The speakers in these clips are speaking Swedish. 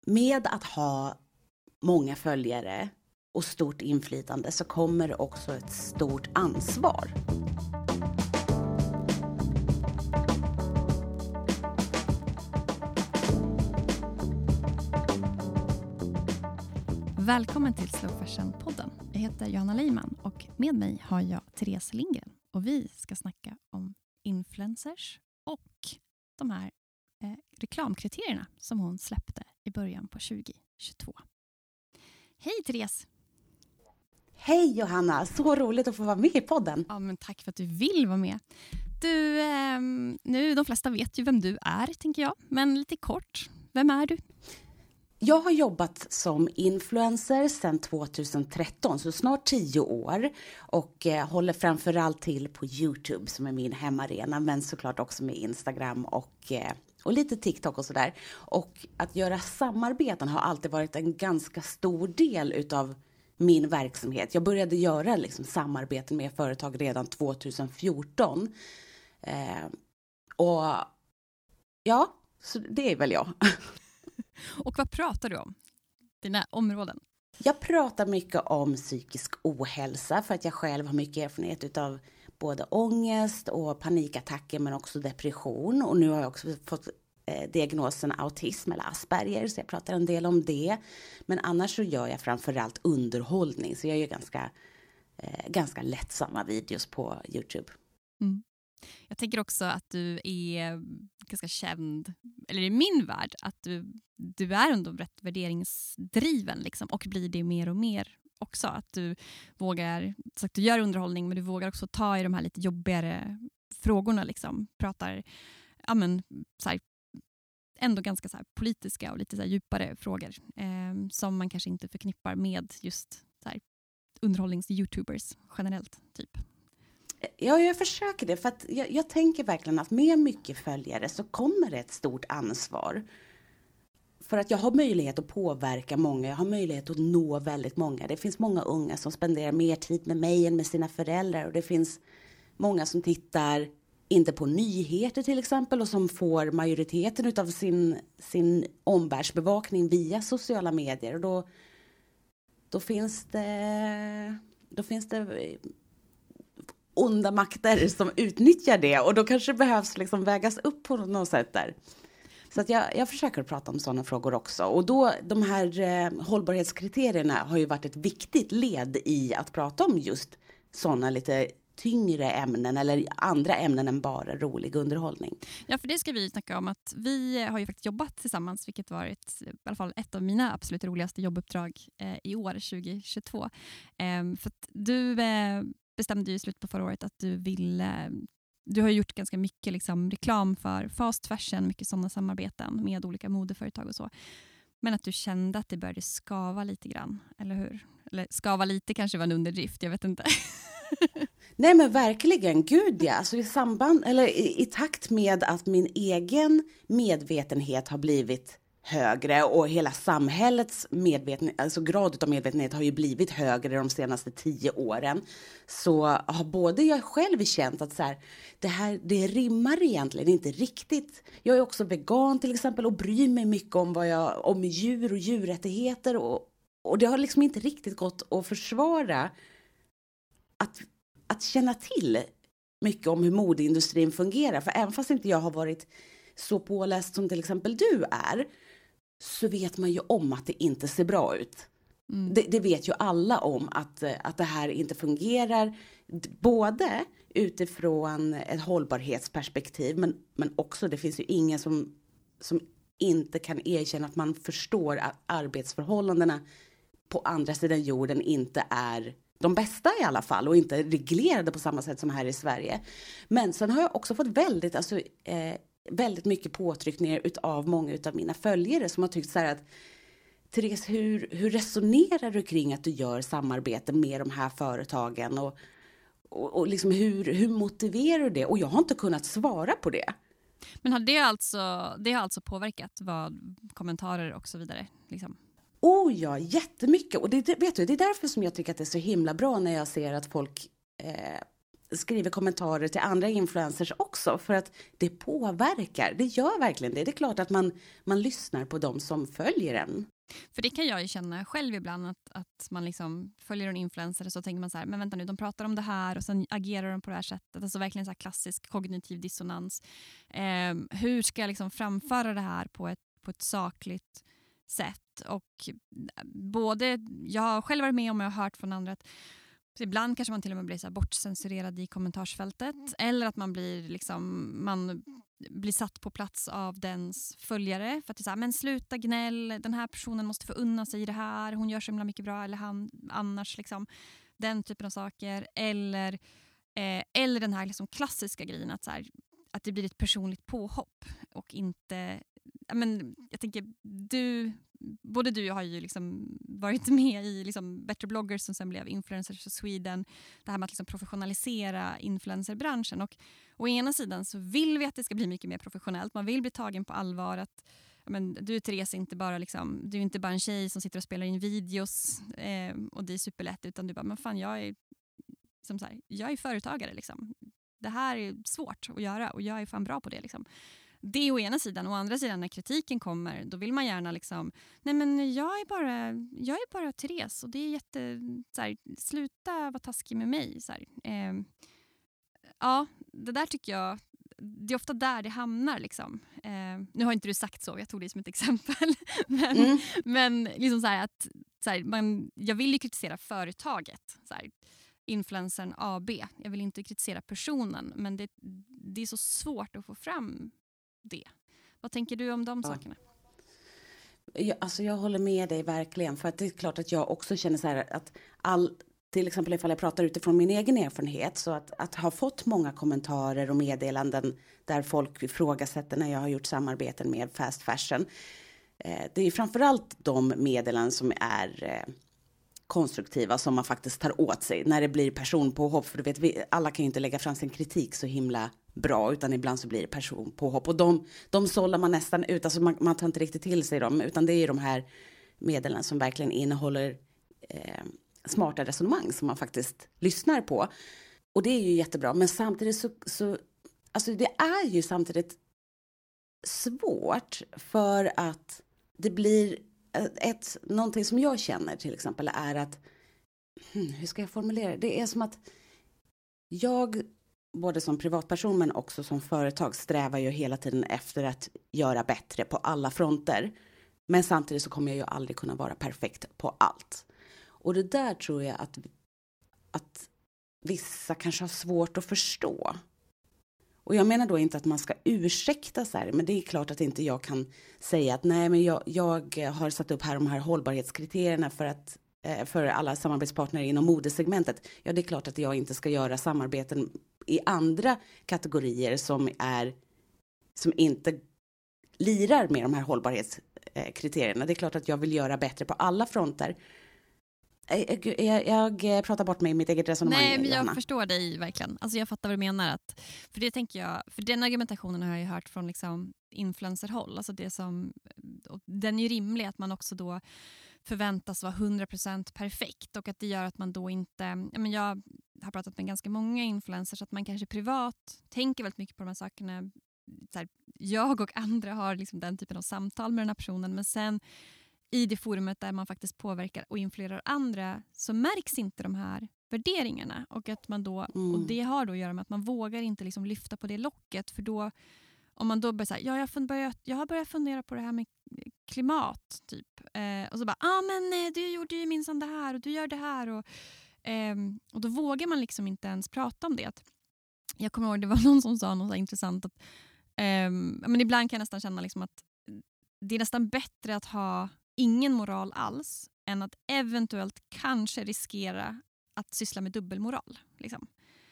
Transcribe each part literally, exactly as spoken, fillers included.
med att ha många följare och stort inflytande så kommer också ett stort ansvar. Välkommen till Slow Fashion-podden. Jag heter Johanna Leiman och med mig har jag Therese Lindgren. Och vi ska snacka om influencers och de här eh, reklamkriterierna som hon släppte i början på tjugo tjugotvå. Hej Therese! Hej Johanna, så roligt att få vara med i podden. Ja, men tack för att du vill vara med. Du, eh, nu de flesta vet ju vem du är, tänker jag. Men lite kort, vem är du? Jag har jobbat som influencer sedan tjugohundratretton, så snart tio år. Och eh, håller framförallt till på YouTube som är min hemarena. Men såklart också med Instagram och, eh, och lite TikTok och sådär. Och att göra samarbeten har alltid varit en ganska stor del utav min verksamhet. Jag började göra liksom samarbeten med företag redan tjugohundrafjorton. Eh, och ja, så det är väl jag. Och vad pratar du om? Dina områden? Jag pratar mycket om psykisk ohälsa för att jag själv har mycket erfarenhet av både ångest och panikattacker men också depression. Och nu har jag också fått eh, diagnosen autism eller Asperger så jag pratar en del om det. Men annars så gör jag framförallt underhållning så jag gör ganska, eh, ganska lättsamma videos på YouTube. Mm. Jag tänker också att du är ganska känd, eller i min värld, att du, du är ändå rätt värderingsdriven liksom, och blir det mer och mer också. Att du vågar, så att du gör underhållning men du vågar också ta i de här lite jobbigare frågorna. Liksom. Pratar ja, men, så här, ändå ganska så här, politiska och lite så här, djupare frågor eh, som man kanske inte förknippar med just så här, underhållnings-youtubers generellt typ. Ja, jag försöker det för att jag, jag tänker verkligen att med mycket följare så kommer det ett stort ansvar. För att jag har möjlighet att påverka många, jag har möjlighet att nå väldigt många. Det finns många unga som spenderar mer tid med mig än med sina föräldrar och det finns många som tittar inte på nyheter till exempel och som får majoriteten av sin, sin omvärldsbevakning via sociala medier. Och då, då finns det... Då finns det onda makter som utnyttjar det och då kanske det behövs liksom vägas upp på något sätt där. Så att jag, jag försöker prata om sådana frågor också. Och då, de här eh, hållbarhetskriterierna har ju varit ett viktigt led i att prata om just sådana lite tyngre ämnen eller andra ämnen än bara rolig underhållning. Ja, för det ska vi snacka om att vi har ju faktiskt jobbat tillsammans, vilket varit i alla fall ett av mina absolut roligaste jobbuppdrag eh, i år, tjugo tjugotvå. Eh, för att du eh, bestämde ju i slutet på förra året att du ville, du har gjort ganska mycket liksom, reklam för fast fashion, mycket sådana samarbeten med olika modeföretag och så. Men att du kände att det började skava lite grann, eller hur? Eller skava lite kanske var en underdrift, jag vet inte. Nej men verkligen, gud ja. Alltså i samband, eller i, i takt med att min egen medvetenhet har blivit högre och hela samhällets medvetenhet, alltså grad av medvetenhet har ju blivit högre de senaste tio åren. Så har både jag själv känt att så här, det här, det rimmar egentligen inte riktigt. Jag är också vegan till exempel och bryr mig mycket om vad jag, om djur och djurrättigheter och, och det har liksom inte riktigt gått att försvara att, att känna till mycket om hur modeindustrin fungerar. För även fast inte jag har varit så påläst som till exempel du är, så vet man ju om att det inte ser bra ut. Mm. Det, det vet ju alla om att, att det här inte fungerar. Både utifrån ett hållbarhetsperspektiv, men, men också det finns ju ingen som, som inte kan erkänna att man förstår att arbetsförhållandena på andra sidan jorden inte är de bästa i alla fall och inte reglerade på samma sätt som här i Sverige. Men sen har jag också fått väldigt, alltså, eh, väldigt mycket påtryckningar utav många utav mina följare som har tyckt så här att Therese, hur, hur resonerar du kring att du gör samarbete med de här företagen och, och, och liksom hur, hur motiverar du det? Och jag har inte kunnat svara på det. Men har det alltså, det har alltså påverkat vad kommentarer och så vidare liksom? Oh ja, jättemycket. Och det, vet du, det är därför som jag tycker att det är så himla bra när jag ser att folk eh, skriver kommentarer till andra influencers också, för att det påverkar. Det gör verkligen det. Det är klart att man, man lyssnar på dem som följer en. För det kan jag ju känna själv ibland, att, att man liksom följer en influencer och så tänker man så här, men vänta nu, de pratar om det här och sen agerar de på det här sättet. Alltså verkligen så här klassisk kognitiv dissonans. Eh, hur ska jag liksom framföra det här på ett, på ett sakligt sätt? Och både, jag har själv varit med om och jag har hört från andra att ibland kanske man till och med blir så här bortcensurerad i kommentarsfältet, eller att man blir liksom, man blir satt på plats av dens följare för att det är så här, men sluta gnäll, den här personen måste få unna sig i det här, hon gör så himla mycket bra, eller han annars liksom, den typen av saker, eller eh, eller den här liksom klassiska grejen att så här, att det blir ett personligt påhopp och inte, ja, men jag tänker du både du och jag har ju liksom varit med i liksom Better bloggers som sen blev Influencers of Sweden. Det här med att liksom professionalisera influencerbranschen. Och å ena sidan så vill vi att det ska bli mycket mer professionellt. Man vill bli tagen på allvar. Att, ja, men, du Therese är inte bara, liksom, du är inte bara en tjej som sitter och spelar in videos eh, och det är superlätt. Utan du bara, men fan jag är, som så här, jag är företagare. Liksom. Det här är svårt att göra och jag är fan bra på det. Liksom. Det är å ena sidan. Å andra sidan när kritiken kommer, då vill man gärna liksom, nej men jag är bara, jag är bara Therese och det är jätte, så här, sluta vara taskig med mig. Så här. Eh, ja, det där tycker jag, det är ofta där det hamnar liksom. Eh, nu har inte du sagt så, jag tog det som ett exempel. men Mm. men liksom så här att, så här, man, jag vill ju kritisera företaget. Så här, influencern A B. Jag vill inte kritisera personen, men det, det är så svårt att få fram det. Vad tänker du om de Ja. sakerna? Jag, alltså jag håller med dig verkligen, för att det är klart att jag också känner så här att all, till exempel ifall jag pratar utifrån min egen erfarenhet, så att, att ha fått många kommentarer och meddelanden där folk ifrågasätter när jag har gjort samarbeten med fast fashion. Eh, det är framförallt de meddelanden som är eh, konstruktiva som man faktiskt tar åt sig när det blir personpåhopp, för du vet, vi, alla kan ju inte lägga fram sin kritik så himla bra, utan ibland så blir det personpåhopp och de, de sållar man nästan ut, alltså man, man tar inte riktigt till sig dem, utan det är ju de här medlen som verkligen innehåller eh, smarta resonemang som man faktiskt lyssnar på, och det är ju jättebra, men samtidigt så, så alltså det är ju samtidigt svårt, för att det blir ett, någonting som jag känner till exempel är att, hmm, hur ska jag formulera det? Det är som att jag, både som privatperson men också som företag, strävar ju hela tiden efter att göra bättre på alla fronter. Men samtidigt så kommer jag ju aldrig kunna vara perfekt på allt. Och det där tror jag att, att vissa kanske har svårt att förstå. Och jag menar då inte att man ska ursäkta så här, men det är klart att inte jag kan säga att nej, men jag, jag har satt upp här de här hållbarhetskriterierna för att för alla samarbetspartner inom modesegmentet. Ja, det är klart att jag inte ska göra samarbeten i andra kategorier som är som inte lirar med de här hållbarhetskriterierna. Det är klart att jag vill göra bättre på alla fronter. Jag, jag, jag pratar bort mig i mitt eget resonemang. Nej, men jag Johanna. förstår dig verkligen. Alltså jag fattar vad du menar. Att, för det tänker jag, för den argumentationen har jag ju hört från liksom influencerhåll. Alltså det som, den är ju rimlig att man också då förväntas vara hundra procent perfekt, och att det gör att man då inte, ja, men jag har pratat med ganska många influencers, att man kanske privat tänker väldigt mycket på de här sakerna. Så här, jag och andra har liksom den typen av samtal med den här personen, men sen i det forumet där man faktiskt påverkar och influerar andra så märks inte de här värderingarna, och att man då mm. och det har då att göra med att man vågar inte liksom lyfta på det locket, för då om man då börjar säga, ja, jag, har börjat, jag har börjat fundera på det här med klimat typ. Eh, och så bara, ja ah, men eh, du gjorde ju minsann det här och du gör det här. Och, eh, och då vågar man liksom inte ens prata om det. Att, jag kommer ihåg, det var någon som sa något så intressant. Att, eh, men ibland kan jag nästan känna liksom att det är nästan bättre att ha ingen moral alls än att eventuellt kanske riskera att syssla med dubbelmoral. Liksom.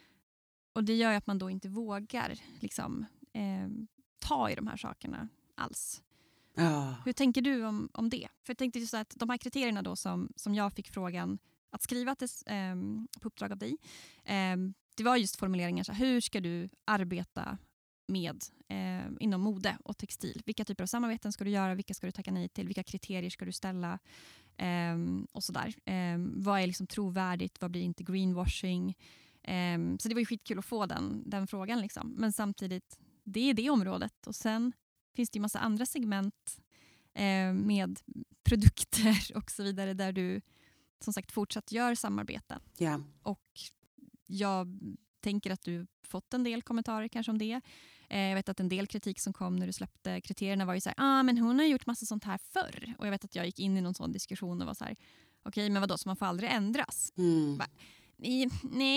Och det gör ju att man då inte vågar liksom, eh, ta i de här sakerna alls. Ja. Hur tänker du om, om det? För jag tänkte just att de här kriterierna då som, som jag fick frågan att skriva till, eh, på uppdrag av dig. Eh, det var just formuleringar så här, hur ska du arbeta med eh, inom mode och textil? Vilka typer av samarbeten ska du göra? Vilka ska du tacka nej till? Vilka kriterier ska du ställa? Eh, och sådär. Eh, vad är liksom trovärdigt? Vad blir inte greenwashing? Um, så det var ju skitkul att få den, den frågan. Liksom. Men samtidigt, det är det området. Och sen finns det ju massa andra segment eh, med produkter och så vidare där du som sagt fortsatt gör samarbeten. Ja. Och jag tänker att du fått en del kommentarer kanske om det. Eh, jag vet att en del kritik som kom när du släppte kriterierna var ju så här, ah, men hon har gjort massa sånt här förr. Och jag vet att jag gick in i någon sån diskussion och var så här, okej, okay, men vadå, så man får aldrig ändras? Mm. Bara, nej.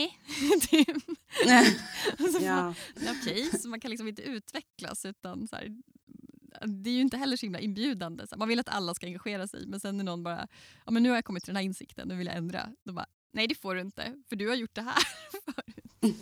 Ja. Okej, okay, så man kan liksom inte utvecklas utan så här, det är ju inte heller så himla inbjudande. Så man vill att alla ska engagera sig, men sen är någon bara, ja men nu har jag kommit till den här insikten, nu vill jag ändra. Då bara, nej det får du inte, för du har gjort det här förut.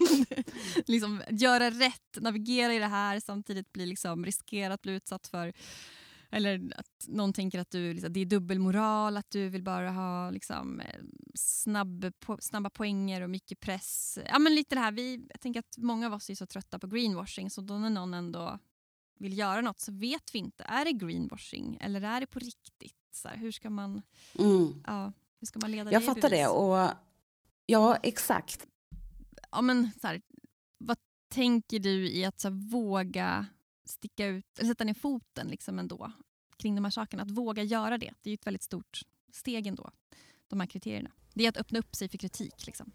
Liksom göra rätt, navigera i det här, samtidigt bli liksom riskera att bli utsatt för, eller att någon tänker att du, liksom, det är dubbelmoral, att du vill bara ha liksom, snabb, po- snabba poänger och mycket press. Ja men lite det här, vi, jag tänker att många av oss är så trötta på greenwashing, så då när någon ändå vill göra något så vet vi inte, är det greenwashing eller är det på riktigt? Så här, hur ska man mm. ja, hur ska man leda jag det fattar bevis? det och ja, exakt. Ja men så här, vad tänker du i att så här, våga sticka ut, eller sätta ner foten liksom ändå kring de här sakerna, att våga göra det. Det är ju ett väldigt stort steg ändå, de här kriterierna. Det är att öppna upp sig för kritik liksom.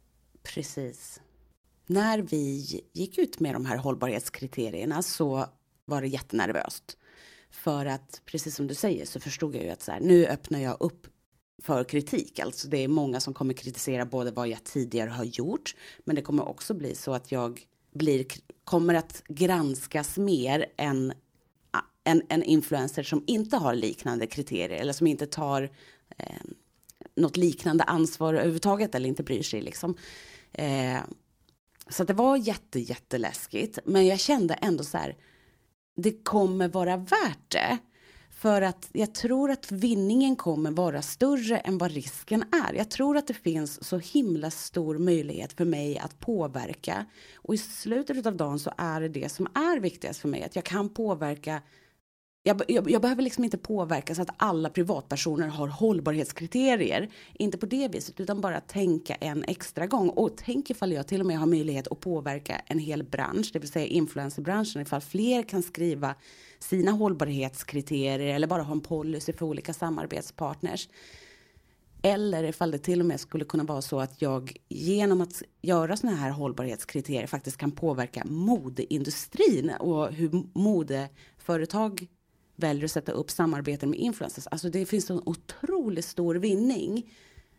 Precis. När vi gick ut med de här hållbarhetskriterierna så var det jättenervöst. För att, precis som du säger, så förstod jag ju att så här, nu öppnar jag upp för kritik. Alltså det är många som kommer kritisera både vad jag tidigare har gjort, men det kommer också bli så att jag blir, kommer att granskas mer än en, en influencer som inte har liknande kriterier eller som inte tar eh, något liknande ansvar överhuvudtaget eller inte bryr sig liksom. Eh, så det var jätte, jätteläskigt, men jag kände ändå så här, det kommer vara värt det. För att jag tror att vinningen kommer vara större än vad risken är. Jag tror att det finns så himla stor möjlighet för mig att påverka. Och i slutet av dagen så är det det som är viktigast för mig. Att jag kan påverka. Jag, jag, jag behöver liksom inte påverka så att alla privatpersoner har hållbarhetskriterier. Inte på det viset utan bara tänka en extra gång. Och tänk ifall jag till och med har möjlighet att påverka en hel bransch. Det vill säga influencerbranschen. Ifall fler kan skriva sina hållbarhetskriterier. Eller bara ha en policy för olika samarbetspartners. Eller ifall det till och med skulle kunna vara så att jag genom att göra såna här hållbarhetskriterier faktiskt kan påverka modeindustrin. Och hur modeföretag väljer att sätta upp samarbeten med influencers. Alltså det finns en otroligt stor vinning.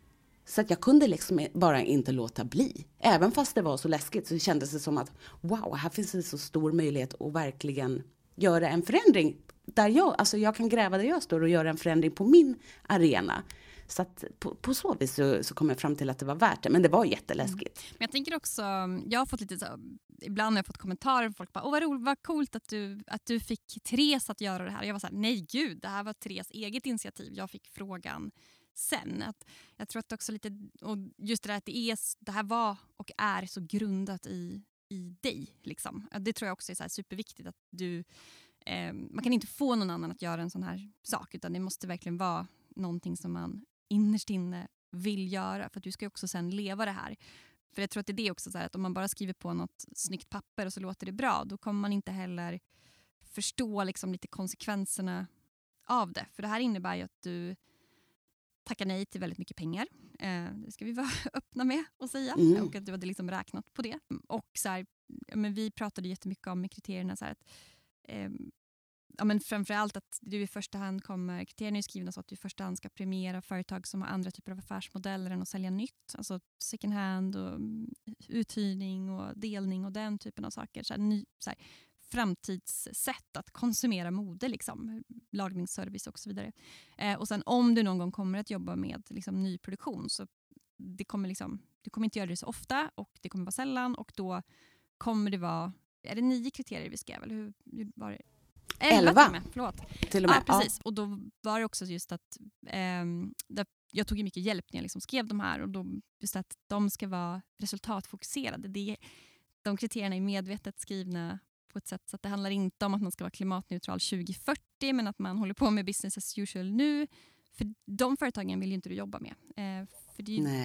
Så att jag kunde liksom bara inte låta bli. Även fast det var så läskigt så kändes det som att wow, här finns det så stor möjlighet att verkligen göra en förändring. Där jag, alltså jag kan gräva där jag står och göra en förändring på min arena. Så att på, på så vis så, så kom jag fram till att det var värt det. Men det var jätteläskigt. Mm. Men jag tänker också, jag har fått lite så, ibland har jag fått kommentarer från folk bara, åh vad roligt, vad coolt att du, att du fick Therese att göra det här. Jag var så här, nej gud, det här var Therese eget initiativ. Jag fick frågan sen. Att, jag tror att också lite, och just det där att det, är, det här var och är så grundat i, i dig. Liksom. Det tror jag också är så här superviktigt att du, eh, man kan inte få någon annan att göra en sån här sak, utan det måste verkligen vara någonting som man innerst inne vill göra, för att du ska ju också sen leva det här. För jag tror att det är det också så här, att om man bara skriver på något snyggt papper och så låter det bra, då kommer man inte heller förstå liksom lite konsekvenserna av det. För det här innebär ju att du tackar nej till väldigt mycket pengar. Eh, det ska vi vara öppna med att säga. Mm. Och att du hade liksom räknat på det. Och så här, ja, men vi pratade jättemycket om kriterierna så här att eh, ja, men framförallt att du i första hand kommer, kriterierna är skrivna så att du i första hand ska premiera företag som har andra typer av affärsmodeller än att sälja nytt. Alltså second hand och uthyrning och delning och den typen av saker. Så här, ny, så här, framtidssätt att konsumera mode, liksom, lagningsservice och så vidare. Eh, och sen om du någon gång kommer att jobba med liksom, nyproduktion, så det kommer liksom, du kommer inte göra det så ofta och det kommer vara sällan, och då kommer det vara, är det nio kriterier vi skrev, eller hur, hur var det? Elva. Till och med, förlåt. Till och med. Ja, precis. Ja. Och då var det också just att eh, jag tog ju mycket hjälp när jag liksom skrev de här, och då just att de ska vara resultatfokuserade. Det, de kriterierna är medvetet skrivna på ett sätt så att det handlar inte om att man ska vara klimatneutral tjugo fyrtio, men att man håller på med business as usual nu. För de företagen vill ju inte du jobba med. Eh, för det är ju, Nej.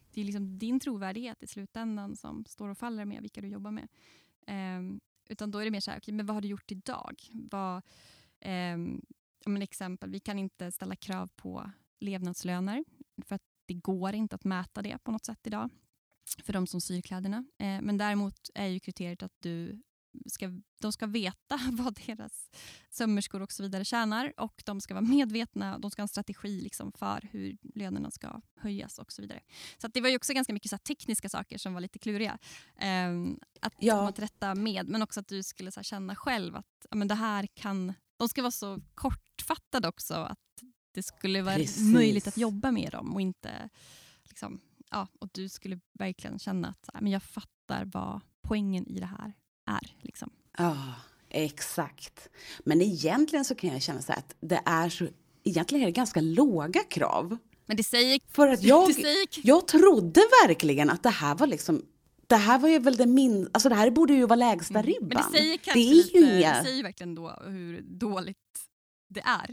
det är liksom din trovärdighet i slutändan som står och faller med vilka du jobbar med. Um, utan då är det mer så här, okay, men vad har du gjort idag? Vad, um, om en exempel, vi kan inte ställa krav på levnadslöner för att det går inte att mäta det på något sätt idag för de som syr kläderna. Uh, men däremot är ju kriteriet att du ska, de ska veta vad deras sömmerskor och så vidare tjänar, och de ska vara medvetna, de ska ha en strategi liksom för hur lönerna ska höjas och så vidare. Så att det var ju också ganska mycket så här tekniska saker som var lite kluriga um, att Ja. komma till rätta med, men också att du skulle så här känna själv att ja, men det här kan, de ska vara så kortfattade också att det skulle vara Precis. möjligt att jobba med dem och inte liksom, ja, och du skulle verkligen känna att ja, men jag fattar vad poängen i det här är liksom. Ja, exakt. Men egentligen så kan jag känna så här att det är så, egentligen är det ganska låga krav. Men det säger, För att jag, det säger... jag trodde verkligen att det här var liksom, det här var ju väl det min, alltså det här borde ju vara lägsta ribban. Men det säger kanske det är lite, ju inga... det säger verkligen då hur dåligt det är.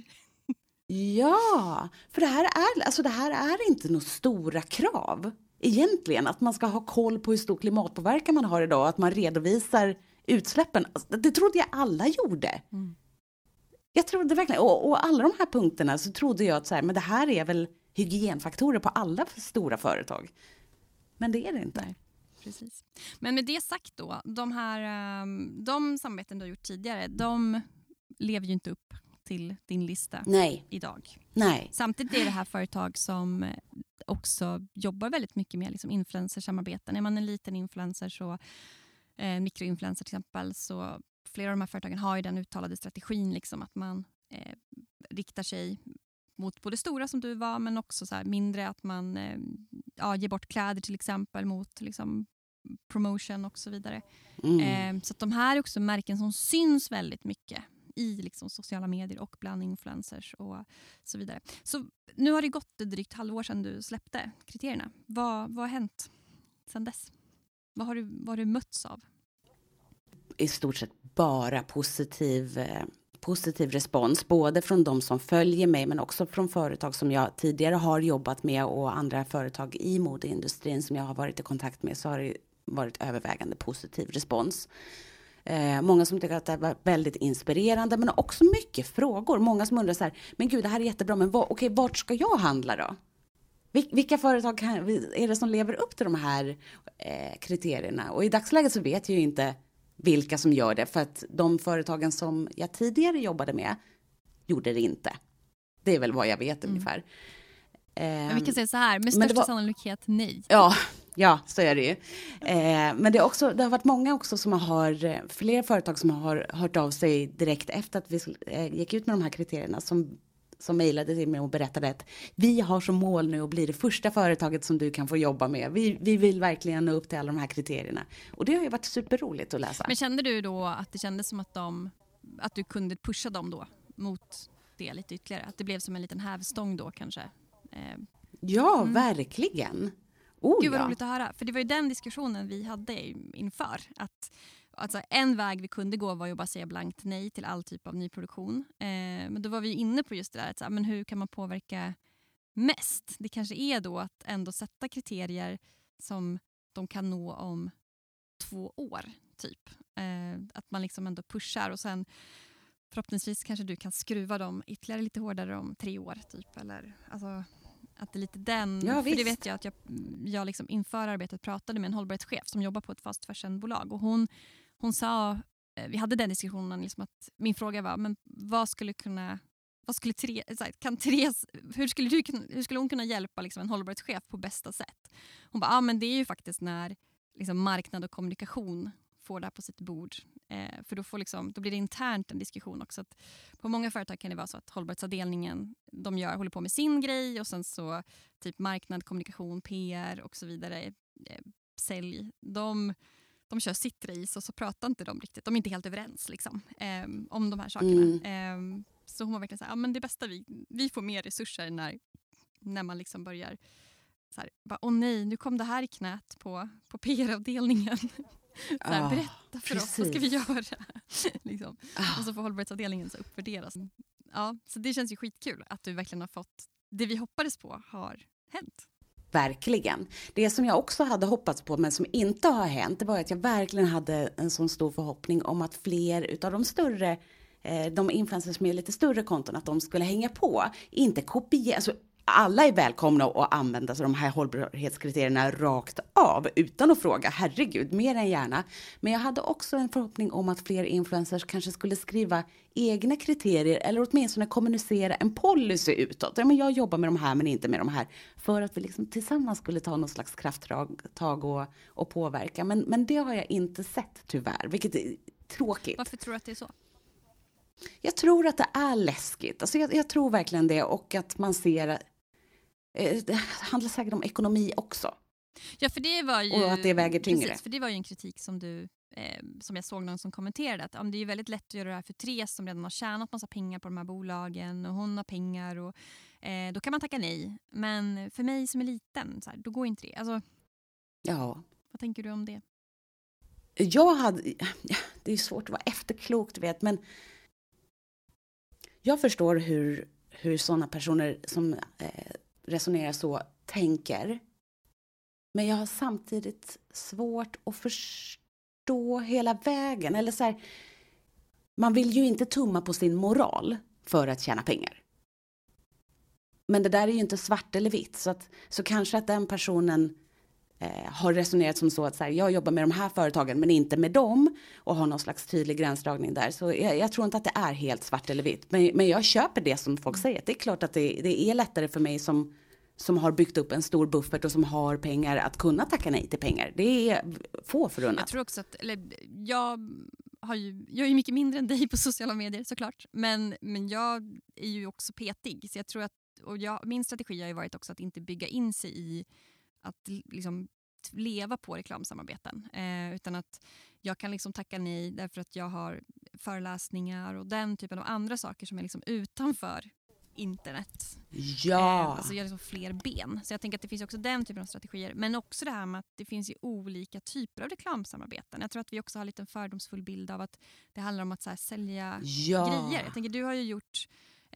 Ja, för det här är, alltså det här är inte några stora krav. Egentligen att man ska ha koll på hur stor klimatpåverkan man har idag, att man redovisar utsläppen. Alltså, det trodde jag alla gjorde. Mm. Jag trodde verkligen, och, och alla de här punkterna så trodde jag att så här, men det här är väl hygienfaktorer på alla stora företag. Men det är det inte. Nej, precis. Men med det sagt då, de här de samarbeten du har gjort tidigare, de lever ju inte upp till din lista Nej. idag. Nej. Samtidigt är det här företag som också jobbar väldigt mycket med liksom influencersamarbeten. Är man en liten influencer, så eh, mikroinfluencer till exempel, så flera av de här företagen har ju den uttalade strategin liksom, att man eh, riktar sig mot både stora som du var, men också så här mindre, att man eh, ja, ger bort kläder till exempel mot liksom, promotion och så vidare. Mm. Eh, så att de här är också märken som syns väldigt mycket i liksom sociala medier och bland influencers och så vidare. Så nu har det gått drygt halvår sedan du släppte kriterierna. Vad, vad har hänt sedan dess? Vad har du, vad har du mötts av? I stort sett bara positiv, eh, positiv respons. Både från de som följer mig, men också från företag som jag tidigare har jobbat med och andra företag i modeindustrin som jag har varit i kontakt med, så har det varit övervägande positiv respons. Eh, många som tycker att det var väldigt inspirerande, men också mycket frågor. Många som undrar så här, men gud, det här är jättebra, men vad, okej, vart ska jag handla då? Vil- vilka företag kan, är det som lever upp till de här eh, kriterierna? Och i dagsläget så vet jag ju inte vilka som gör det, för att de företagen som jag tidigare jobbade med gjorde det inte. Det är väl vad jag vet mm. ungefär. Eh, men vi kan säga så här, med största var... sannolikhet nej. Ja. Ja, så är det ju. Eh, men det, är också, det har varit många också som har, fler företag som har hört av sig direkt efter att vi eh, gick ut med de här kriterierna, som, som mejlade till mig och berättade att vi har som mål nu att bli det första företaget som du kan få jobba med. Vi, vi vill verkligen nå upp till alla de här kriterierna. Och det har ju varit superroligt att läsa. Men kände du då att det kändes som att, de, att du kunde pusha dem då mot det lite ytterligare? Att det blev som en liten hävstång då kanske? Eh, ja, mm. verkligen. Oh, Gud vad ja. roligt att höra. För det var ju den diskussionen vi hade inför. Att, alltså, en väg vi kunde gå var ju bara säga blankt nej till all typ av nyproduktion. Eh, men då var vi inne på just det där. Att, så, men hur kan man påverka mest? Det kanske är då att ändå sätta kriterier som de kan nå om två år. Typ. Eh, att man liksom ändå pushar, och sen förhoppningsvis kanske du kan skruva dem ytterligare lite hårdare om tre år. Typ. Eller, alltså... Att det är lite den, ja, för visst. det vet jag att jag, jag liksom inför arbetet pratade med en hållbarhetschef som jobbar på ett fast fashionbolag, och hon, hon sa, vi hade den diskussionen liksom, att min fråga var, men vad skulle kunna, vad skulle Therese, kan Therese, hur skulle du hur skulle hon kunna hjälpa liksom, en hållbarhetschef på bästa sätt? Hon bara, ja men det är ju faktiskt när liksom, marknad och kommunikation får det här på sitt bord. Eh, för då, får liksom, då blir det internt en diskussion också. Att på många företag kan det vara så att hållbarhetsavdelningen, de gör, håller på med sin grej, och sen så typ marknad, kommunikation, P R och så vidare, eh, sälj. De, de kör sitt race och så pratar inte de riktigt. De är inte helt överens liksom, eh, om de här sakerna. Mm. Eh, så hon var verkligen så här, ja men det bästa, vi, vi får mer resurser när, när man liksom börjar så här, bara, åh nej, nu kom det här i knät på, på P R-avdelningen. Så här, oh, berätta för precis. oss, vad ska vi göra? liksom. oh. Och så får hållbarhetsavdelningen så uppvärderas. Ja, så det känns ju skitkul att du verkligen har fått det vi hoppades på har hänt. Verkligen. Det som jag också hade hoppats på men som inte har hänt, det var att jag verkligen hade en sån stor förhoppning om att fler utav de större, eh, de influencers med lite större konton, att de skulle hänga på. Inte kopiera, alltså alla är välkomna att använda sig av de här hållbarhetskriterierna rakt av utan att fråga, herregud, mer än gärna. Men jag hade också en förhoppning om att fler influencers kanske skulle skriva egna kriterier eller åtminstone kommunicera en policy utåt. Ja, men jag jobbar med de här men inte med de här. För att vi liksom tillsammans skulle ta någon slags krafttag tag och, och påverka. Men, men det har jag inte sett tyvärr, vilket är tråkigt. Varför tror du att det är så? Jag tror att det är läskigt. Alltså jag, jag tror verkligen det, och att man ser... Det handlar säkert om ekonomi också. Ja, för det var ju, och att det väger tyngre. Precis, för det var ju en kritik som du eh, som jag såg någon som kommenterade att om det är ju väldigt lätt att göra det här för Therese som redan har tjänat massa pengar på de här bolagen och hon har pengar och eh, då kan man tacka nej. Men för mig som är liten, så här, då går inte det. Alltså, ja. Vad tänker du om det? Jag hade, det är svårt att vara efterklok, du vet, men jag förstår hur, hur sådana personer som eh, resonerar så tänker. Men jag har samtidigt svårt att förstå hela vägen. Eller så här, man vill ju inte tumma på sin moral för att tjäna pengar. Men det där är ju inte svart eller vitt. Så, att, så kanske att den personen eh, har resonerat som så att så här, jag jobbar med de här företagen men inte med dem. Och har någon slags tydlig gränsdragning där. Så jag, jag tror inte att det är helt svart eller vitt. Men, men jag köper det som folk säger. Det är klart att det, det är lättare för mig som... som har byggt upp en stor buffert och som har pengar att kunna tacka nej till pengar. Det är få förunnat. Jag tror också att, eller jag har ju, jag är ju mycket mindre än dig på sociala medier såklart. Men, men jag är ju också petig. Så jag tror att, och jag, min strategi har ju varit också att inte bygga in sig i att liksom leva på reklamsamarbeten. Eh, utan att jag kan liksom tacka nej därför att jag har föreläsningar och den typen av andra saker som är liksom utanför internet. Ja. Eh, alltså jag har liksom fler ben. Så jag tänker att det finns också den typen av strategier. Men också det här med att det finns ju olika typer av reklamsamarbeten. Jag tror att vi också har lite en fördomsfull bild av att det handlar om att så här, sälja Ja. grejer. Jag tänker du har ju gjort...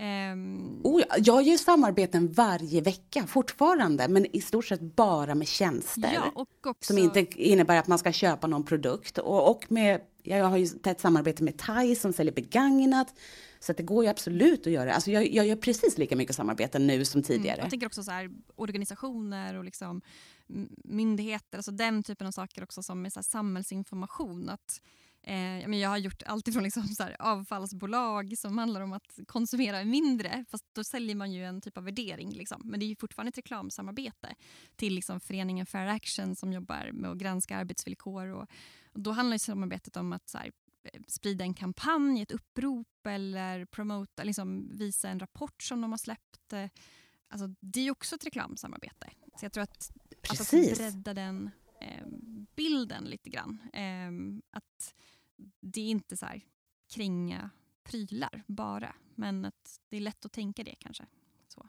Ehm... Oh, jag gör samarbeten varje vecka fortfarande. Men i stort sett bara med tjänster. Ja, och också... Som inte innebär att man ska köpa någon produkt. Och, och med, jag har ju ett samarbete med Thai som säljer begagnat. Så att det går ju absolut att göra. Alltså jag, jag gör precis lika mycket samarbeten nu som tidigare. Mm, jag tänker också så här, organisationer och liksom myndigheter. Alltså den typen av saker också som är så här samhällsinformation. Att, eh, jag, jag har gjort allt ifrån liksom så här avfallsbolag som handlar om att konsumera mindre. Fast då säljer man ju en typ av värdering. Liksom. Men det är ju fortfarande ett reklamsamarbete. Till liksom föreningen Fair Action som jobbar med att granska arbetsvillkor. Och, och då handlar ju samarbetet om att så här, sprida en kampanj, ett upprop eller promota, liksom visa en rapport som de har släppt. Alltså, det är ju också ett reklamsamarbete. Så jag tror att, att bredda den eh, bilden lite grann. Eh, att det är inte så här kränga prylar bara. Men att det är lätt att tänka det kanske. Så.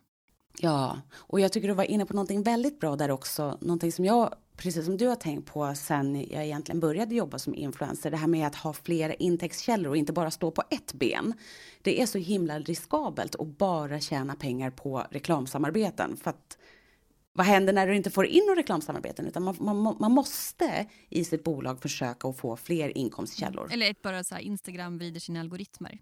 Ja, och jag tycker du var inne på någonting väldigt bra där också. Någonting som jag, precis som du har tänkt på sen jag egentligen började jobba som influencer. Det här med att ha flera intäktskällor och inte bara stå på ett ben. Det är så himla riskabelt att bara tjäna pengar på reklamsamarbeten. För att vad händer när du inte får in några reklamsamarbeten? Utan man, man, man måste i sitt bolag försöka att få fler inkomstkällor. Eller bara så här, Instagram vrider sina algoritmer.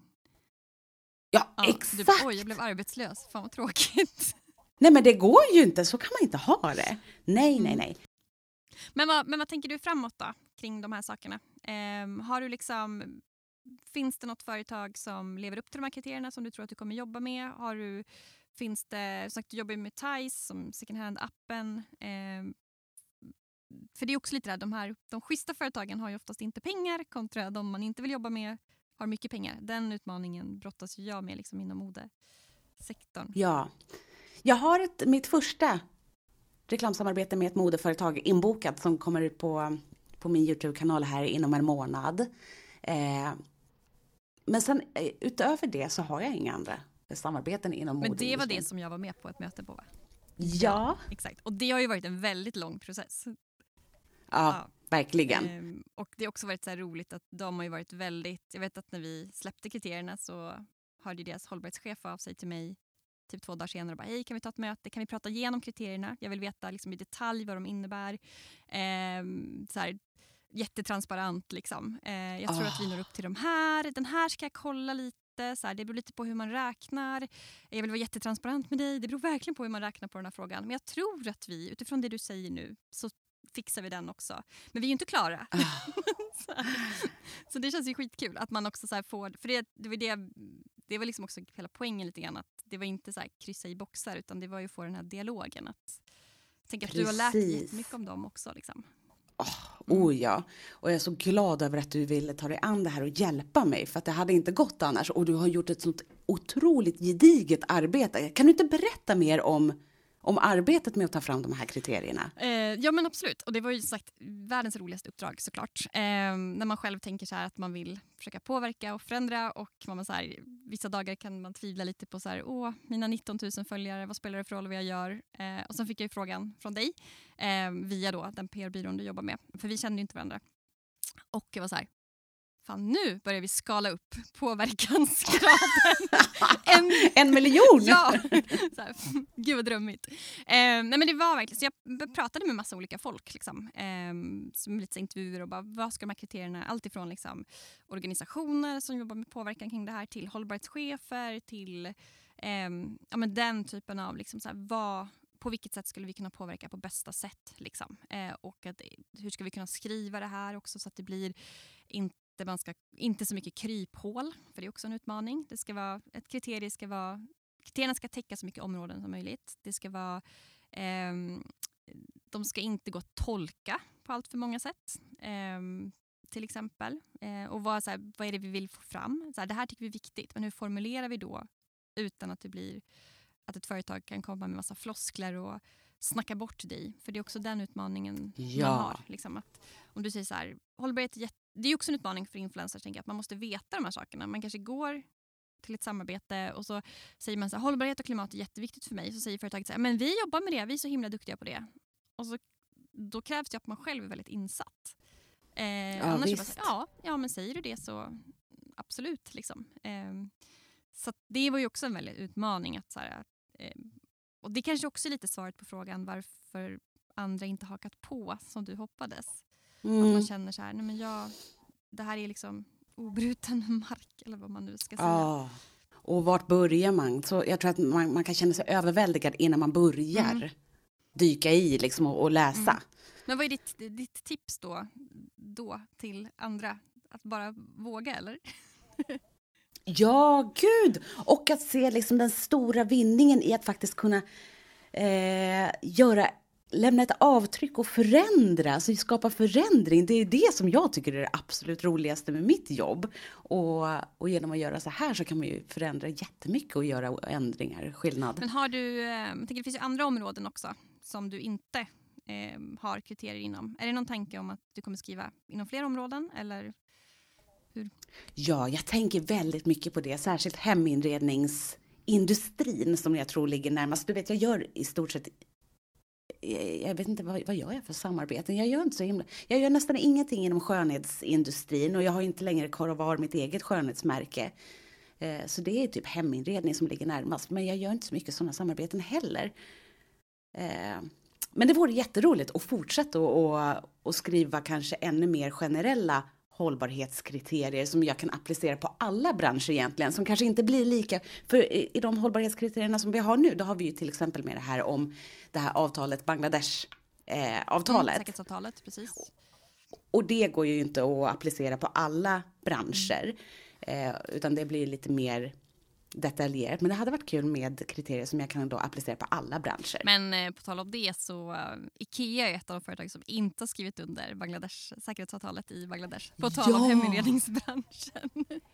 Ja, ja, exakt. Du bara, oj, jag blev arbetslös. Fan vad tråkigt. Nej, men det går ju inte. Så kan man inte ha det. Nej, nej, nej. Men vad, men vad tänker du framåt då kring de här sakerna? Eh, har du liksom, finns det något företag som lever upp till de här kriterierna som du tror att du kommer jobba med? Har du, finns det, sagt du jobbar med Thais som second hand-appen. Eh, för det är också lite där, de här, de schyssta företagen har ju oftast inte pengar kontra de man inte vill jobba med har mycket pengar. Den utmaningen brottas jag med liksom inom modesektorn. Ja, jag har ett, mitt första reklamsamarbete med ett modeföretag inbokat som kommer ut på, på min YouTube-kanal här inom en månad. Eh, men sen utöver det så har jag inga andra samarbeten inom mode. Men det var det som jag var med på ett möte på, va? Ja. ja. Exakt. Och det har ju varit en väldigt lång process. Ja, ja. verkligen. Ehm, och det har också varit så här roligt att de har ju varit väldigt, jag vet att när vi släppte kriterierna så hörde deras hållbarhetschef av sig till mig typ två dagar senare och bara, hej, kan vi ta ett möte? Kan vi prata igenom kriterierna? Jag vill veta liksom, i detalj vad de innebär. Eh, så här, jättetransparent liksom. Eh, jag tror oh. att vi når upp till de här. Den här ska jag kolla lite. Så här, det beror lite på hur man räknar. Jag vill vara jättetransparent med dig. Det beror verkligen på hur man räknar på den här frågan. Men jag tror att vi, utifrån det du säger nu, så fixar vi den också. Men vi är ju inte klara. Oh. så, så det känns ju skitkul att man också så här får, för det, det var det det var liksom också hela poängen lite grann, att det var inte så här kryssa i boxar, utan det var ju att få den här dialogen, att tänka att du har lärt dig jättemycket om dem också liksom. Oh, oh ja, och jag är så glad över att du ville ta dig an det här och hjälpa mig, för att det hade inte gått annars, och du har gjort ett sånt otroligt gediget arbete. Kan du inte berätta mer om om arbetet med att ta fram de här kriterierna? Eh, ja men absolut, och det var ju sagt världens roligaste uppdrag såklart. Eh, när man själv tänker så här att man vill försöka påverka och förändra, och man så här, vissa dagar kan man tvivla lite på så här, åh, mina nitton tusen följare, vad spelar det för roll vad jag gör? Eh, och sen fick jag ju frågan från dig eh, via då den P R-byrån du jobbar med, för vi kände ju inte varandra. Och jag var så här, fan, nu börjar vi skala upp påverkansgraden. en, en miljon? Ja, så här, gud vad drömmigt. Eh, nej men det var verkligen, så jag pratade med massa olika folk liksom, eh, som lite intervjuer och bara, vad ska de här kriterierna, allt ifrån liksom organisationer som jobbar med påverkan kring det här, till hållbarhetschefer, till eh, ja, men den typen av liksom, så här, vad, på vilket sätt skulle vi kunna påverka på bästa sätt liksom. eh, och att, hur ska vi kunna skriva det här också så att det blir inte man ska, inte så mycket kryphål, för det är också en utmaning. Det ska vara, ett kriterie ska vara, kriterierna ska täcka så mycket områden som möjligt. Det ska vara, eh, de ska inte gå att tolka på allt för många sätt. Eh, till exempel. Eh, och vad, så här, vad är det vi vill få fram? Så här, det här tycker vi är viktigt, men hur formulerar vi då utan att det blir att ett företag kan komma med massa floskler och snacka bort dig? För det är också den utmaningen ja. man har. Liksom att, om du säger så här, hållbarhet är jätte det är också en utmaning för influencers, tänker jag, att man måste veta de här sakerna. Man kanske går till ett samarbete och så säger man så här, hållbarhet och klimat är jätteviktigt för mig. Så säger företaget så här, men vi jobbar med det, vi är så himla duktiga på det. Och så, då krävs det att man själv är väldigt insatt. Eh, ja, annars visst. Bara, ja, ja, men säger du det så absolut. Liksom. Eh, så det var ju också en väldigt utmaning. Att, så här, eh, och det kanske också är lite svaret på frågan varför andra inte hakat på som du hoppades. Mm. Att man känner så här, nej men jag, det här är liksom obruten mark, eller vad man nu ska säga. Ja, och vart börjar man? Så jag tror att man, man kan känna sig överväldigad innan man börjar mm. dyka i liksom och, och läsa. Mm. Men vad är ditt, ditt tips då, då till andra? Att bara våga, eller? Ja, gud! Och att se liksom den stora vinningen i att faktiskt kunna eh, göra lämna ett avtryck och förändra, alltså skapa förändring. Det är det som jag tycker är det absolut roligaste med mitt jobb. Och, och genom att göra så här så kan man ju förändra jättemycket och göra ändringar, skillnad. Men har du, jag tänker det finns ju andra områden också som du inte eh, har kriterier inom. Är det någon tanke om att du kommer skriva inom fler områden, eller hur? Ja, jag tänker väldigt mycket på det, särskilt heminredningsindustrin som jag tror ligger närmast. Du vet, jag gör i stort sett jag vet inte vad, vad gör jag för samarbeten. Jag gör inte så himla, jag gör nästan ingenting inom skönhetsindustrin, och jag har inte längre kvar var mitt eget skönhetsmärke. Eh, så det är typ heminredning som ligger närmast, men jag gör inte så mycket sådana samarbeten heller. Eh, men det vore jätteroligt att fortsätta och, och, och skriva kanske ännu mer generella hållbarhetskriterier som jag kan applicera på alla branscher egentligen, som kanske inte blir lika, för i, i de hållbarhetskriterierna som vi har nu, då har vi ju till exempel med det här om det här avtalet, Bangladesh-avtalet. Mm, säkerhetsavtalet, precis. Och det går ju inte att applicera på alla branscher, mm. eh, utan det blir lite mer detaljerat. Men det hade varit kul med kriterier som jag kan då applicera på alla branscher. Men eh, på tal om det så uh, IKEA är ett av de företag som inte har skrivit under Bangladesh, säkerhetsavtalet i Bangladesh. På tal om ja. heminredningsbranschen.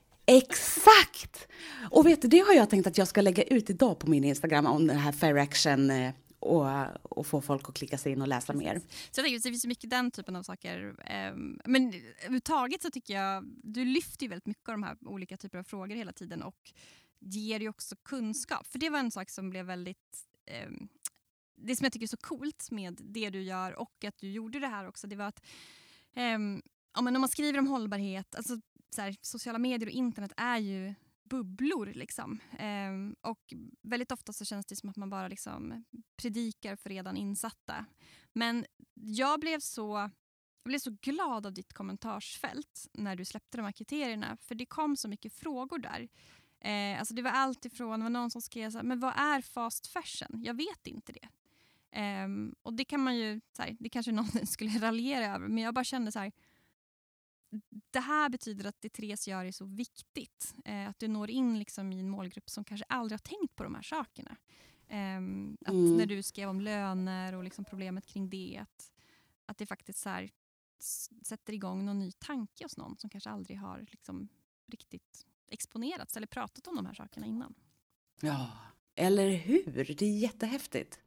Exakt! Och vet du, det har jag tänkt att jag ska lägga ut idag på min Instagram om den här Fair Action eh, och, och få folk att klicka sig in och läsa Precis. mer. Så jag tänker att det finns så mycket den typen av saker. Um, men överhuvudtaget så tycker jag, du lyfter ju väldigt mycket av de här olika typer av frågor hela tiden och ger ju också kunskap. För det var en sak som blev väldigt... Eh, det som jag tycker är så coolt med det du gör och att du gjorde det här också, det var att eh, ja, men om man skriver om hållbarhet, alltså så här, sociala medier och internet är ju bubblor liksom. Ehm, och väldigt ofta så känns det som att man bara liksom predikar för redan insatta. Men jag blev så, jag blev så glad av ditt kommentarsfält när du släppte de här kriterierna. För det kom så mycket frågor där. Eh, alltså det var allt ifrån, det var någon som skrev så här, men vad är fast fashion? Jag vet inte det. Um, och det kan man ju, så här, det kanske någon skulle raljera över, men jag bara kände så här, det här betyder att det Therese gör är så viktigt. Eh, att du når in liksom i en målgrupp som kanske aldrig har tänkt på de här sakerna. Um, att Mm. när du skrev om löner och liksom problemet kring det, att, att det faktiskt så här, s- sätter igång någon ny tanke hos någon som kanske aldrig har liksom riktigt exponerats eller pratat om de här sakerna innan. Ja, eller hur? Det är jättehäftigt.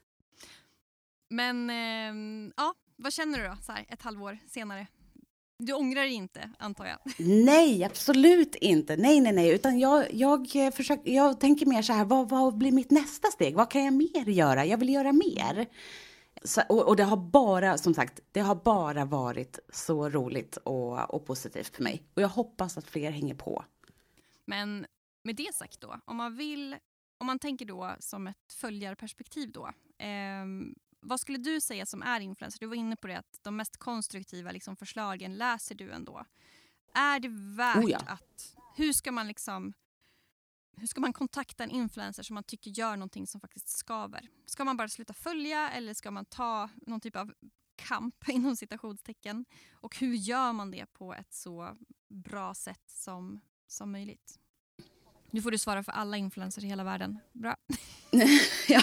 Men eh, ja, vad känner du då så här, ett halvår senare? Du ångrar dig inte, antar jag. Nej, absolut inte. Nej, nej, nej. Utan jag, jag, eh, försöker, jag tänker mer så här, vad, vad blir mitt nästa steg? Vad kan jag mer göra? Jag vill göra mer. Så, och, och det har bara, som sagt, det har bara varit så roligt och, och positivt för mig. Och jag hoppas att fler hänger på. Men med det sagt då, om man vill, om man tänker då som ett följarperspektiv då, eh, vad skulle du säga som är influencer? Du var inne på det att de mest konstruktiva liksom, förslagen läser du ändå. Är det värt Oh ja. att, hur ska man liksom, hur ska man kontakta en influencer som man tycker gör någonting som faktiskt skaver? Ska man bara sluta följa eller ska man ta någon typ av kamp inom citationstecken? Och hur gör man det på ett så bra sätt som, som möjligt? Nu får du svara för alla influencers i hela världen. Bra. Ja.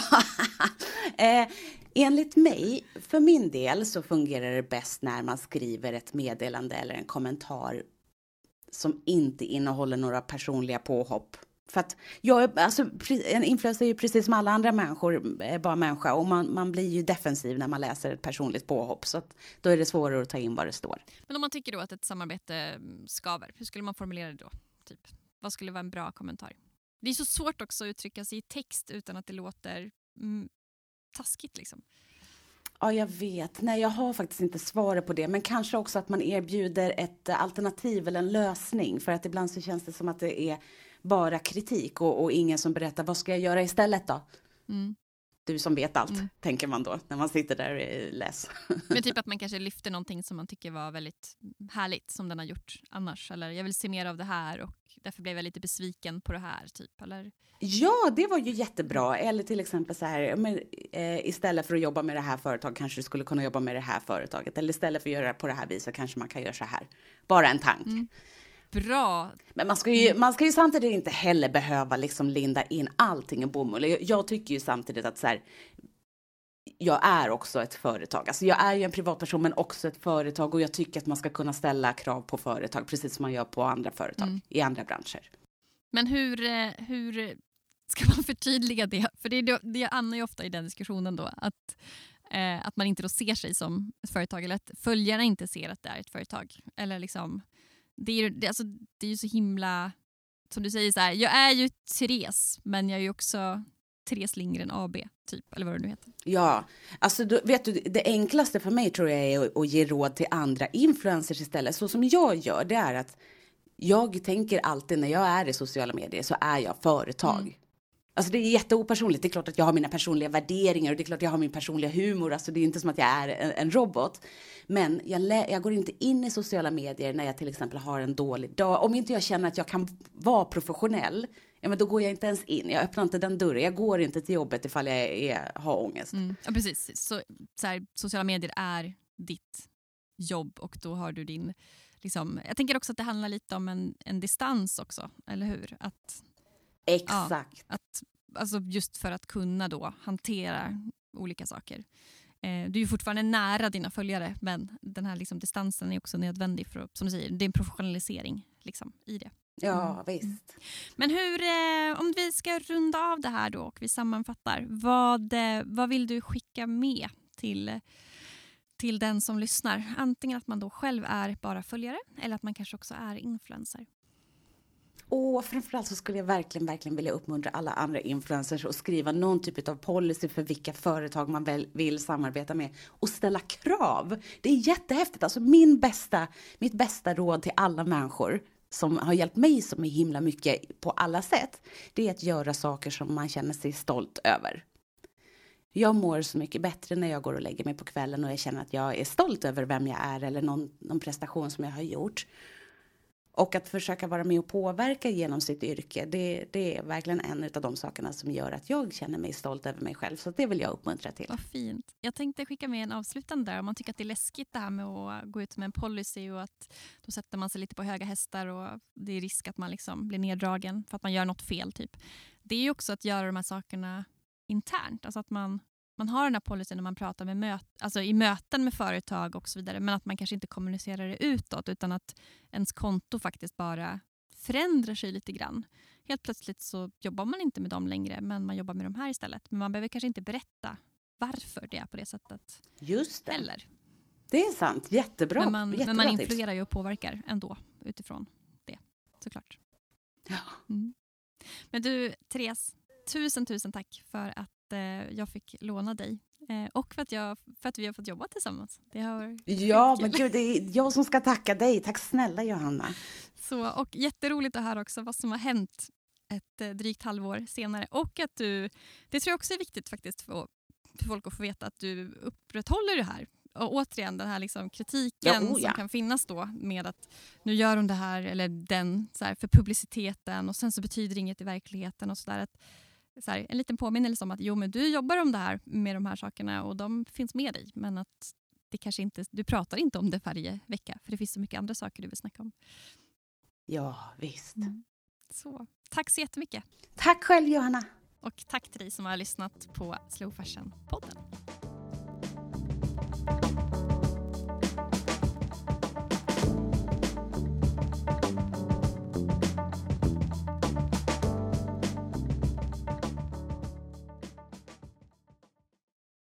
eh, enligt mig, för min del, så fungerar det bäst när man skriver ett meddelande eller en kommentar som inte innehåller några personliga påhopp. För att jag, alltså, en influencer är ju precis som alla andra människor, är bara människa, och man, man blir ju defensiv när man läser ett personligt påhopp, så att då är det svårare att ta in vad det står. Men om man tycker då att ett samarbete skaver, hur skulle man formulera det då? Typ? Vad skulle vara en bra kommentar? Det är så svårt också att uttrycka sig i text utan att det låter mm, taskigt liksom. Ja, jag vet. Nej, jag har faktiskt inte svaret på det. Men kanske också att man erbjuder ett alternativ eller en lösning. För att ibland så känns det som att det är bara kritik och, och ingen som berättar vad ska jag göra istället då? Mm. Du som vet allt, Mm. tänker man då när man sitter där och läser. Men typ att man kanske lyfter någonting som man tycker var väldigt härligt som den har gjort annars. Eller jag vill se mer av det här och därför blev jag lite besviken på det här. Typ. Eller... Ja, det var ju jättebra. Eller till exempel så här, men, eh, istället för att jobba med det här företaget kanske du skulle kunna jobba med det här företaget. Eller istället för att göra det på det här viset kanske man kan göra så här. Bara en tank. Mm. Bra. Men man ska, ju, man ska ju samtidigt inte heller behöva liksom linda in allting i bomull. Jag, jag tycker ju samtidigt att så här, jag är också ett företag. Alltså jag är ju en privatperson men också ett företag. Och jag tycker att man ska kunna ställa krav på företag. Precis som man gör på andra företag Mm. i andra branscher. Men hur, eh, hur ska man förtydliga det? För det, det, det hamnar ju ofta i den diskussionen då. Att, eh, att man inte då ser sig som ett företag. Eller att följarna inte ser att det är ett företag. Eller liksom... Det är, ju, det, alltså, det är ju så himla, som du säger så här, jag är ju Therese men jag är ju också Therese Lindgren A B typ, eller vad det nu heter. Ja, alltså då, vet du, det enklaste för mig tror jag är att, att ge råd till andra influencers istället. Så som jag gör, det är att jag tänker alltid när jag är i sociala medier så är jag företag. Mm. Alltså det är jätteopersonligt. Det är klart att jag har mina personliga värderingar och det är klart att jag har min personliga humor. Alltså det är inte som att jag är en, en robot. Men jag, lä- jag går inte in i sociala medier när jag till exempel har en dålig dag. Om inte jag känner att jag kan vara professionell, ja, men då går jag inte ens in. Jag öppnar inte den dörren. Jag går inte till jobbet ifall jag är, har ångest. Mm. Ja, precis. Så, så här, sociala medier är ditt jobb och då har du din... Liksom, jag tänker också att det handlar lite om en, en distans också, eller hur? Att... Exakt. Ja, att, alltså just för att kunna då hantera olika saker. Eh, du är ju fortfarande nära dina följare men den här liksom distansen är också nödvändig för att, som du säger, det är en professionalisering liksom, i det. Ja, mm. visst. Men hur, eh, om vi ska runda av det här då och vi sammanfattar, vad, eh, vad vill du skicka med till, till den som lyssnar? Antingen att man då själv är bara följare eller att man kanske också är influencer. Och framförallt så skulle jag verkligen, verkligen vilja uppmuntra alla andra influencers att skriva någon typ av policy för vilka företag man väl vill samarbeta med och ställa krav. Det är jättehäftigt. Alltså min bästa, mitt bästa råd till alla människor som har hjälpt mig så himla mycket på alla sätt, det är att göra saker som man känner sig stolt över. Jag mår så mycket bättre när jag går och lägger mig på kvällen och jag känner att jag är stolt över vem jag är eller någon, någon prestation som jag har gjort. Och att försöka vara med och påverka genom sitt yrke, det, det är verkligen en av de sakerna som gör att jag känner mig stolt över mig själv. Så det vill jag uppmuntra till. Vad fint. Jag tänkte skicka med en avslutande där. Om man tycker att det är läskigt det här med att gå ut med en policy och att då sätter man sig lite på höga hästar och det är risk att man liksom blir neddragen för att man gör något fel typ. Det är ju också att göra de här sakerna internt. Alltså att man, man har den här policyn när man pratar med möt, alltså i möten med företag och så vidare. Men att man kanske inte kommunicerar det utåt utan att ens konto faktiskt bara förändrar sig lite grann. Helt plötsligt så jobbar man inte med dem längre men man jobbar med de här istället. Men man behöver kanske inte berätta varför det är på det sättet. Just det. Eller. Det är sant. Jättebra. Men man, Jättebra men man tips. influerar ju och påverkar ändå utifrån det. Såklart. Ja. Mm. Men du, Therese, tusen tusen tack för att eh, jag fick låna dig. Eh, och för att, jag, för att vi har fått jobba tillsammans. Det har Ja, men gud, det är jag som ska tacka dig. Tack snälla Johanna. Så, och jätteroligt att höra också vad som har hänt ett eh, drygt halvår senare. Och att du, det tror jag också är viktigt faktiskt för, för folk att få veta att du upprätthåller det här. Och återigen den här liksom kritiken ja, oh, ja. som kan finnas då med att nu gör hon det här eller den så här, för publiciteten och sen så betyder det inget i verkligheten och sådär. Så här, en liten påminnelse om att jo men du jobbar om det här med de här sakerna och de finns med dig men att det kanske inte, du pratar inte om det varje vecka för det finns så mycket andra saker du vill snacka om. Ja, visst. Mm. Så, tack så jättemycket. Tack själv Johanna. Och tack till dig som har lyssnat på Slow Fashion-podden.